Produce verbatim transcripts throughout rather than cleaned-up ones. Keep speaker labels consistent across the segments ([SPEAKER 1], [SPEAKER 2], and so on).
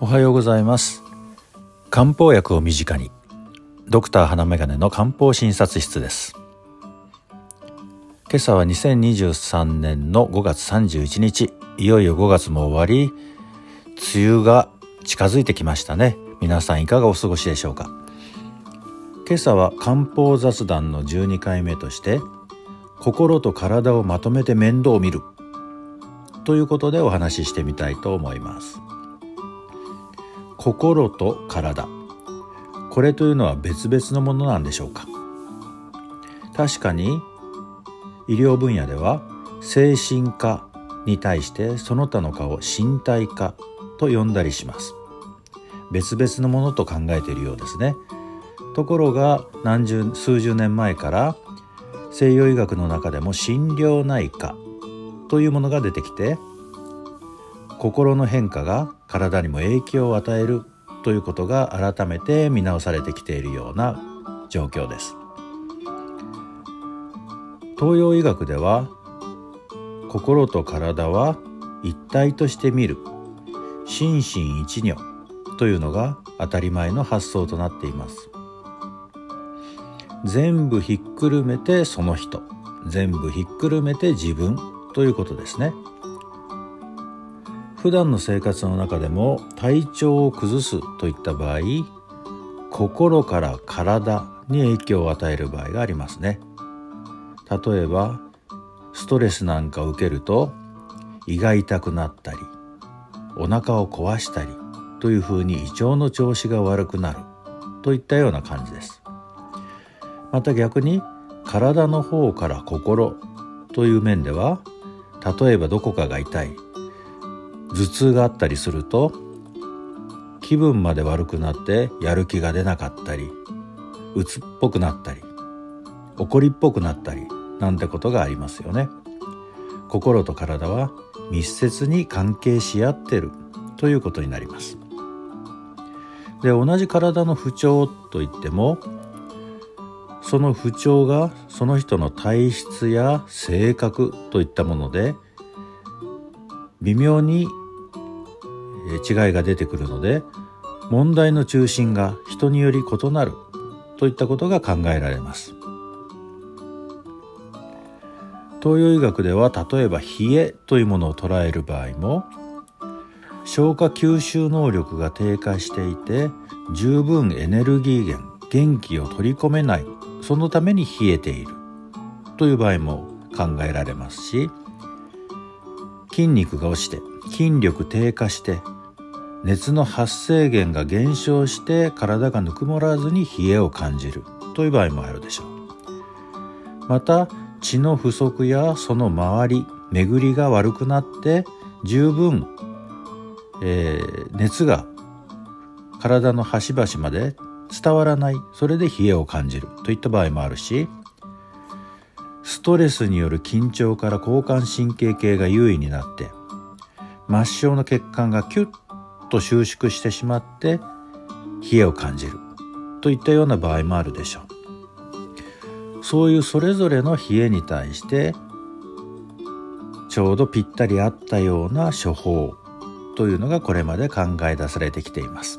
[SPEAKER 1] おはようございます。漢方薬を身近に、ドクター花眼鏡の漢方診察室です。今朝はにせんにじゅうさんねんのごがつさんじゅういちにち、いよいよごがつも終わり、梅雨が近づいてきましたね。皆さんいかがお過ごしでしょうか。今朝は漢方雑談のじゅうにかいめとして、心と体をまとめて面倒を見るということでお話ししてみたいと思います。心と体、これというのは別々のものなんでしょうか。確かに医療分野では精神科に対してその他の科を身体科と呼んだりします。別々のものと考えているようですね。ところが何十数十年前から西洋医学の中でも心療内科というものが出てきて、心の変化が体にも影響を与えるということが改めて見直されてきているような状況です。東洋医学では心と体は一体として見る心身一如というのが当たり前の発想となっています。全部ひっくるめてその人、全部ひっくるめて自分ということですね。普段の生活の中でも体調を崩すといった場合、心から体に影響を与える場合がありますね。例えばストレスなんかを受けると胃が痛くなったり、お腹を壊したりというふうに胃腸の調子が悪くなるといったような感じです。また逆に体の方から心という面では、例えばどこかが痛い、頭痛があったりすると気分まで悪くなってやる気が出なかったり、鬱っぽくなったり、怒りっぽくなったりなんてことがありますよね。心と体は密接に関係し合っているということになります。で、同じ体の不調といっても、その不調がその人の体質や性格といったもので微妙に違いが出てくるので、問題の中心が人により異なるといったことが考えられます。東洋医学では例えば冷えというものを捉える場合も、消化吸収能力が低下していて十分エネルギー源、元気を取り込めない、そのために冷えているという場合も考えられますし、筋肉が落ちて筋力低下して熱の発生源が減少して体がぬくもらずに冷えを感じるという場合もあるでしょう。また血の不足やその周り、巡りが悪くなって十分、えー、熱が体の端々まで伝わらない、それで冷えを感じるといった場合もあるし、ストレスによる緊張から交感神経系が優位になって末梢の血管がキュッと収縮してしまって冷えを感じるといったような場合もあるでしょう。そういうそれぞれの冷えに対してちょうどぴったり合ったような処方というのがこれまで考え出されてきています。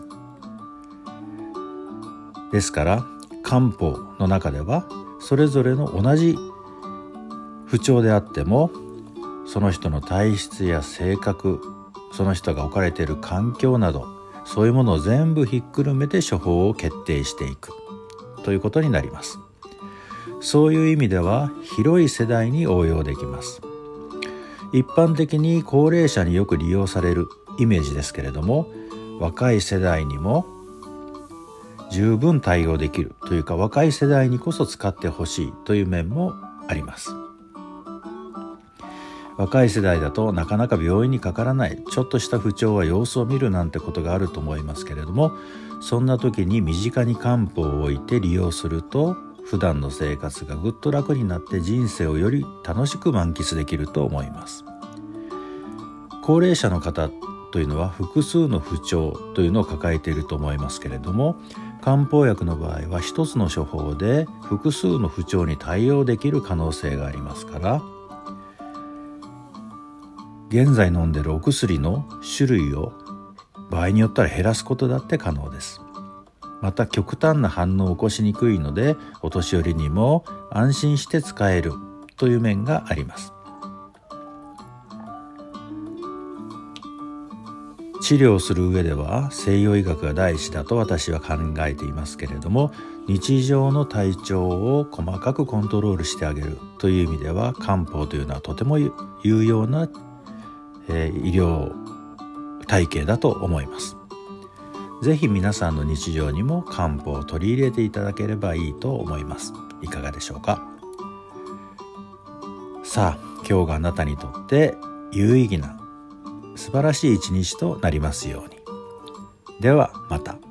[SPEAKER 1] ですから漢方の中ではそれぞれの同じ不調であっても、その人の体質や性格、その人が置かれている環境など、そういうものを全部ひっくるめて処方を決定していくということになります。そういう意味では広い世代に応用できます。一般的に高齢者によく利用されるイメージですけれども、若い世代にも十分対応できるというか、若い世代にこそ使ってほしいという面もあります。若い世代だとなかなか病院にかからない、ちょっとした不調は様子を見るなんてことがあると思いますけれども、そんな時に身近に漢方を置いて利用すると、普段の生活がぐっと楽になって人生をより楽しく満喫できると思います。高齢者の方というのは複数の不調というのを抱えていると思いますけれども、漢方薬の場合は一つの処方で複数の不調に対応できる可能性がありますから、現在飲んでいるお薬の種類を場合によったら減らすことだって可能です。また極端な反応を起こしにくいので、お年寄りにも安心して使えるという面があります。治療する上では西洋医学が第一だと私は考えていますけれども、日常の体調を細かくコントロールしてあげるという意味では、漢方というのはとても有用な、えー、医療体系だと思います。ぜひ皆さんの日常にも漢方を取り入れていただければいいと思います。いかがでしょうか。さあ、今日があなたにとって有意義な素晴らしい一日となりますように。ではまた。